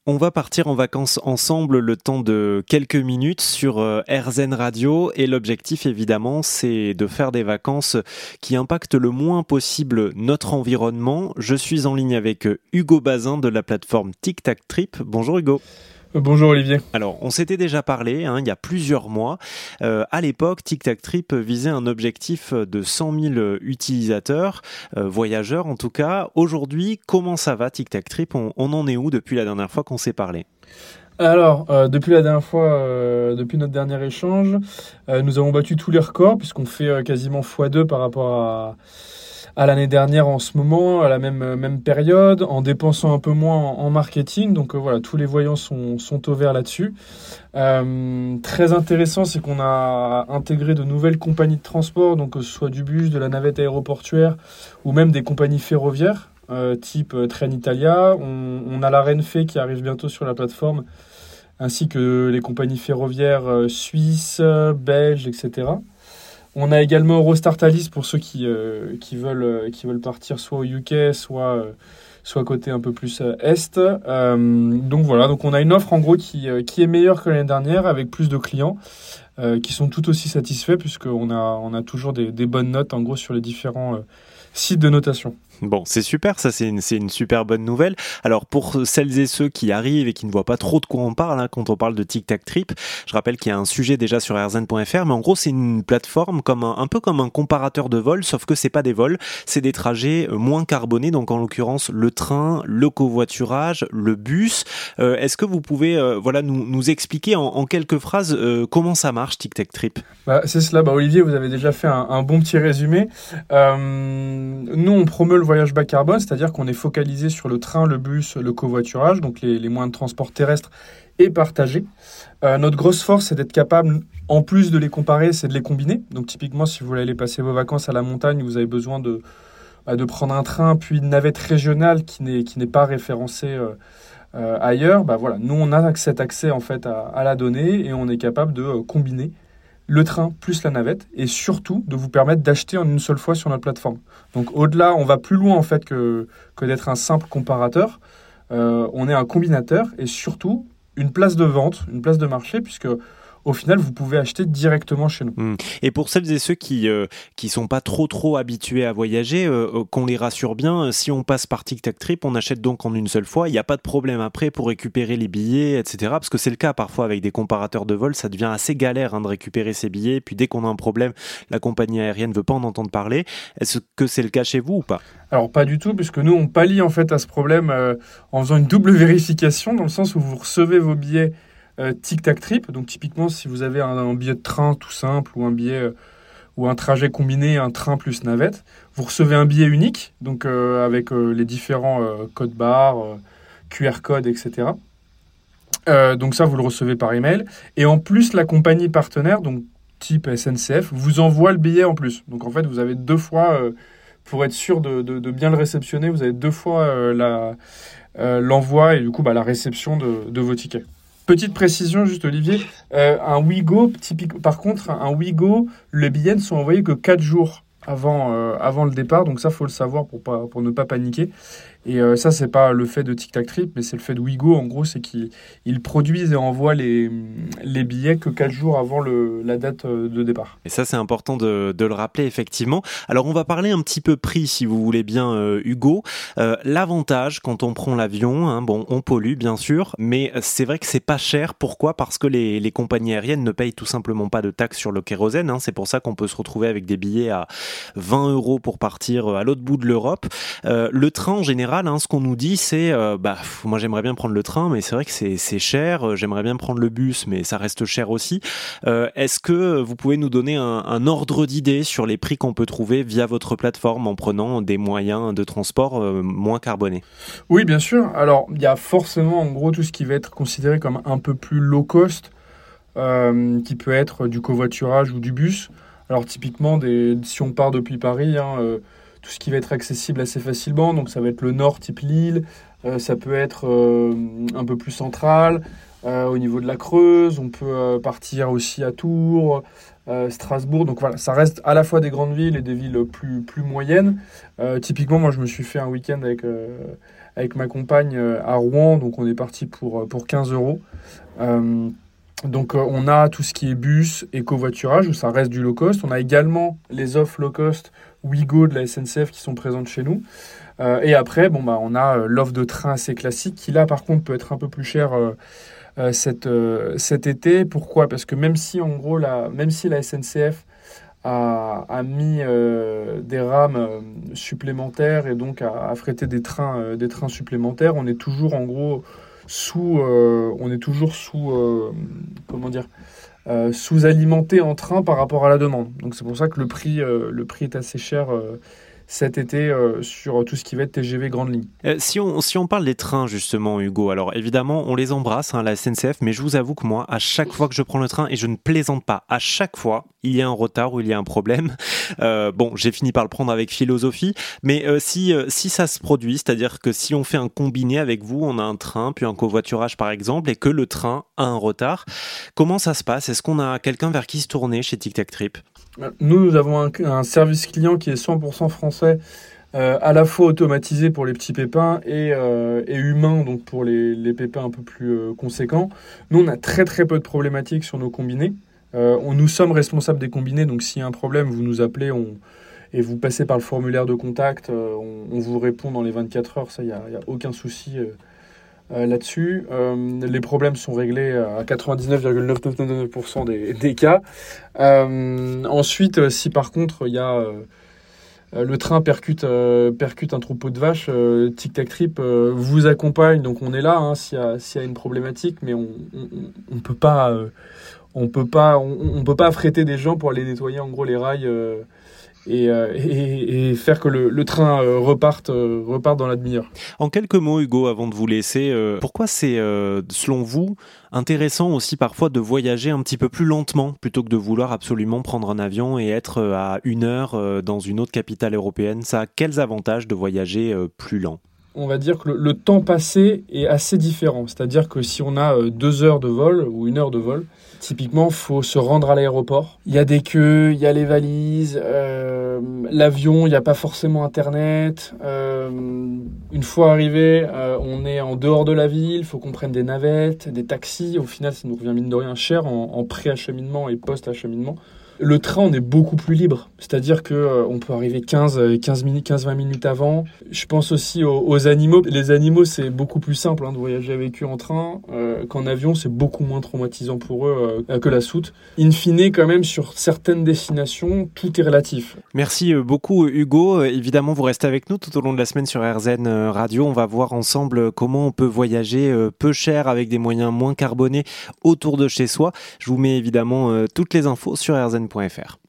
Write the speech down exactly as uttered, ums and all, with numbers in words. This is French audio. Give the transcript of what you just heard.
On va partir en vacances ensemble le temps de quelques minutes sur euh, AirZen Radio et l'objectif évidemment c'est de faire des vacances qui impactent le moins possible notre environnement. Je suis en ligne avec Hugo Bazin de la plateforme Tic Tac Trip. Bonjour Hugo. Bonjour Olivier. Alors, on s'était déjà parlé hein, il y a plusieurs mois. Euh, à l'époque, Tic Tac Trip visait un objectif de cent mille utilisateurs, euh, voyageurs en tout cas. Aujourd'hui, comment ça va Tic Tac Trip ? on, on en est où depuis la dernière fois qu'on s'est parlé ? Alors, euh, depuis la dernière fois, euh, depuis notre dernier échange, euh, nous avons battu tous les records puisqu'on fait euh, quasiment fois deux par rapport à... à l'année dernière en ce moment, à la même, même période, en dépensant un peu moins en, en marketing. Donc euh, voilà, tous les voyants sont, sont au vert là-dessus. Euh, très intéressant, c'est qu'on a intégré de nouvelles compagnies de transport, donc que ce soit du bus, de la navette aéroportuaire ou même des compagnies ferroviaires, euh, type euh, Trenitalia. On, on a la Renfe qui arrive bientôt sur la plateforme, ainsi que les compagnies ferroviaires euh, suisses, belges, et cetera. On a également Eurostar-Thalys pour ceux qui, euh, qui, veulent, euh, qui veulent partir soit au U K, soit, euh, soit côté un peu plus euh, Est. Euh, donc voilà, donc on a une offre en gros qui, euh, qui est meilleure que l'année dernière avec plus de clients euh, qui sont tout aussi satisfaits puisqu'on a, on a toujours des, des bonnes notes en gros sur les différents euh, sites de notation. Bon, c'est super, ça c'est une, c'est une super bonne nouvelle. Alors pour celles et ceux qui arrivent et qui ne voient pas trop de quoi on parle hein, quand on parle de Tic Tac Trip, je rappelle qu'il y a un sujet déjà sur airzen point f r, mais en gros c'est une plateforme comme un, un peu comme un comparateur de vols, sauf que c'est pas des vols, c'est des trajets moins carbonés, donc en l'occurrence le train, le covoiturage, le bus. Euh, est-ce que vous pouvez euh, voilà, nous, nous expliquer en, en quelques phrases euh, comment ça marche Tic Tac Trip ? Bah, c'est cela, bah, Olivier, vous avez déjà fait un, un bon petit résumé. Euh, nous on promeut le voyage bas carbone, c'est-à-dire qu'on est focalisé sur le train, le bus, le covoiturage, donc les, les moyens de transport terrestres et partagés. Euh, notre grosse force, c'est d'être capable, en plus de les comparer, c'est de les combiner. Donc typiquement, si vous voulez aller passer vos vacances à la montagne, vous avez besoin de, de prendre un train, puis une navette régionale qui n'est, qui n'est pas référencée euh, euh, ailleurs. Bah, voilà. Nous, on a cet accès en fait, à, à la donnée et on est capable de euh, combiner le train plus la navette, et surtout de vous permettre d'acheter en une seule fois sur notre plateforme. Donc au-delà, on va plus loin en fait que, que d'être un simple comparateur. Euh, on est un combinateur et surtout une place de vente, une place de marché, puisque au final, vous pouvez acheter directement chez nous. Mmh. Et pour celles et ceux qui euh, qui sont pas trop trop habitués à voyager, euh, qu'on les rassure bien, si on passe par Tic Tac Trip, on achète donc en une seule fois. Il n'y a pas de problème après pour récupérer les billets, et cetera. Parce que c'est le cas parfois avec des comparateurs de vol, ça devient assez galère hein, de récupérer ses billets. Puis dès qu'on a un problème, la compagnie aérienne ne veut pas en entendre parler. Est-ce que c'est le cas chez vous ou pas ? Alors pas du tout, puisque nous on pallie en fait à ce problème euh, en faisant une double vérification, dans le sens où vous recevez vos billets Euh, Tic Tac Trip, donc typiquement si vous avez un, un billet de train tout simple ou un billet euh, ou un trajet combiné, un train plus navette, vous recevez un billet unique, donc euh, avec euh, les différents euh, codes barres, euh, Q R codes, et cetera. Euh, donc ça vous le recevez par email, et en plus la compagnie partenaire, donc type S N C F, vous envoie le billet en plus. Donc en fait vous avez deux fois, euh, pour être sûr de, de, de bien le réceptionner, vous avez deux fois euh, la, euh, l'envoi et du coup bah, la réception de, de vos tickets. Petite précision, juste Olivier, euh, un Ouigo, typique, par contre, un Ouigo, les billets ne sont envoyés que quatre jours avant, euh, avant le départ, donc ça, il faut le savoir pour, pas, pour ne pas paniquer. Et euh, ça, c'est pas le fait de Tic Tac Trip, mais c'est le fait de Ouigo, en gros, c'est qu'ils ils produisent et envoient les, les billets que quatre jours avant le, la date de départ. Et ça, c'est important de, de le rappeler, effectivement. Alors, on va parler un petit peu prix, si vous voulez bien, euh, Hugo. Euh, l'avantage, quand on prend l'avion, hein, bon, on pollue, bien sûr, mais c'est vrai que c'est pas cher. Pourquoi ? Parce que les, les compagnies aériennes ne payent tout simplement pas de taxes sur le kérosène. Hein. C'est pour ça qu'on peut se retrouver avec des billets à vingt euros pour partir à l'autre bout de l'Europe. Euh, le train, en général, Hein, ce qu'on nous dit, c'est euh, bah, moi j'aimerais bien prendre le train, mais c'est vrai que c'est, c'est cher. J'aimerais bien prendre le bus, mais ça reste cher aussi. Euh, est-ce que vous pouvez nous donner un, un ordre d'idée sur les prix qu'on peut trouver via votre plateforme en prenant des moyens de transport euh, moins carbonés ? Oui, bien sûr. Alors, il y a forcément en gros tout ce qui va être considéré comme un peu plus low cost, euh, qui peut être du covoiturage ou du bus. Alors, typiquement, des, si on part depuis Paris, hein, euh, tout ce qui va être accessible assez facilement, donc ça va être le nord type Lille, euh, ça peut être euh, un peu plus central, euh, au niveau de la Creuse, on peut euh, partir aussi à Tours, euh, Strasbourg, donc voilà, ça reste à la fois des grandes villes et des villes plus, plus moyennes. Euh, typiquement, moi je me suis fait un week-end avec, euh, avec ma compagne à Rouen, donc on est parti pour, pour quinze euros. Euh, donc euh, on a tout ce qui est bus et covoiturage, où ça reste du low cost. On a également les offres low cost Ouigo de la S N C F qui sont présentes chez nous. Euh, et après, bon, bah, on a euh, l'offre de train assez classique qui là par contre peut être un peu plus chère euh, euh, cet, euh, cet été. Pourquoi ? Parce que même si en gros la, même si la S N C F a, a mis euh, des rames euh, supplémentaires et donc a, a frété des trains, euh, des trains supplémentaires, on est toujours en gros sous, euh, on est toujours sous, euh, comment dire, euh, sous-alimenté en train par rapport à la demande. Donc c'est pour ça que le prix, euh, le prix est assez cher euh, cet été euh, sur tout ce qui va être T G V grande ligne. Euh, si, on, si on parle des trains justement, Hugo, alors évidemment on les embrasse, hein, la S N C F, mais je vous avoue que moi, à chaque fois que je prends le train, et je ne plaisante pas, à chaque fois, il y a un retard ou il y a un problème. Euh, bon, j'ai fini par le prendre avec philosophie, mais euh, si, euh, si ça se produit, c'est-à-dire que si on fait un combiné avec vous, on a un train, puis un covoiturage par exemple, et que le train a un retard, comment ça se passe ? Est-ce qu'on a quelqu'un vers qui se tourner chez Tic Tac Trip ? Nous, nous avons un, un service client qui est cent pour cent français, euh, à la fois automatisé pour les petits pépins et, euh, et humain, donc pour les, les pépins un peu plus euh, conséquents. Nous, on a très très peu de problématiques sur nos combinés. Euh, on, nous sommes responsables des combinés, donc s'il y a un problème, vous nous appelez on, et vous passez par le formulaire de contact, euh, on, on vous répond dans les vingt-quatre heures, ça, il n'y a, y a aucun souci euh, euh, là-dessus. Euh, les problèmes sont réglés à quatre-vingt-dix-neuf virgule neuf neuf neuf pour cent des, des cas. Euh, ensuite, si par contre, il y a... Euh, le train percute, euh, percute un troupeau de vaches, euh, Tic Tac Trip euh, vous accompagne, donc on est là hein, s'il y a, s'il y a une problématique, mais on ne peut pas... Euh, On peut pas, on, on peut pas affréter des gens pour aller nettoyer en gros les rails euh, et, euh, et, et faire que le, le train euh, reparte, euh, reparte dans la demi-heure. En quelques mots, Hugo, avant de vous laisser, euh, pourquoi c'est, euh, selon vous, intéressant aussi parfois de voyager un petit peu plus lentement plutôt que de vouloir absolument prendre un avion et être à une heure euh, dans une autre capitale européenne ? Ça a quels avantages de voyager euh, plus lent ? On va dire que le, le temps passé est assez différent. C'est-à-dire que si on a euh, deux heures de vol ou une heure de vol, typiquement, il faut se rendre à l'aéroport. Il y a des queues, il y a les valises, euh, l'avion, il n'y a pas forcément Internet. Euh, une fois arrivé, euh, on est en dehors de la ville, il faut qu'on prenne des navettes, des taxis. Au final, ça nous revient mine de rien cher en, en pré-acheminement et post-acheminement. Le train, on est beaucoup plus libre. C'est-à-dire qu'on euh, peut arriver quinze à vingt minutes avant. Je pense aussi aux, aux animaux. Les animaux, c'est beaucoup plus simple hein, de voyager avec eux en train. Euh, qu'en avion, c'est beaucoup moins traumatisant pour eux euh, que la soute. In fine, quand même, sur certaines destinations, tout est relatif. Merci beaucoup, Hugo. Évidemment, vous restez avec nous tout au long de la semaine sur R Z N Radio. On va voir ensemble comment on peut voyager peu cher avec des moyens moins carbonés autour de chez soi. Je vous mets évidemment toutes les infos sur r z n point f r.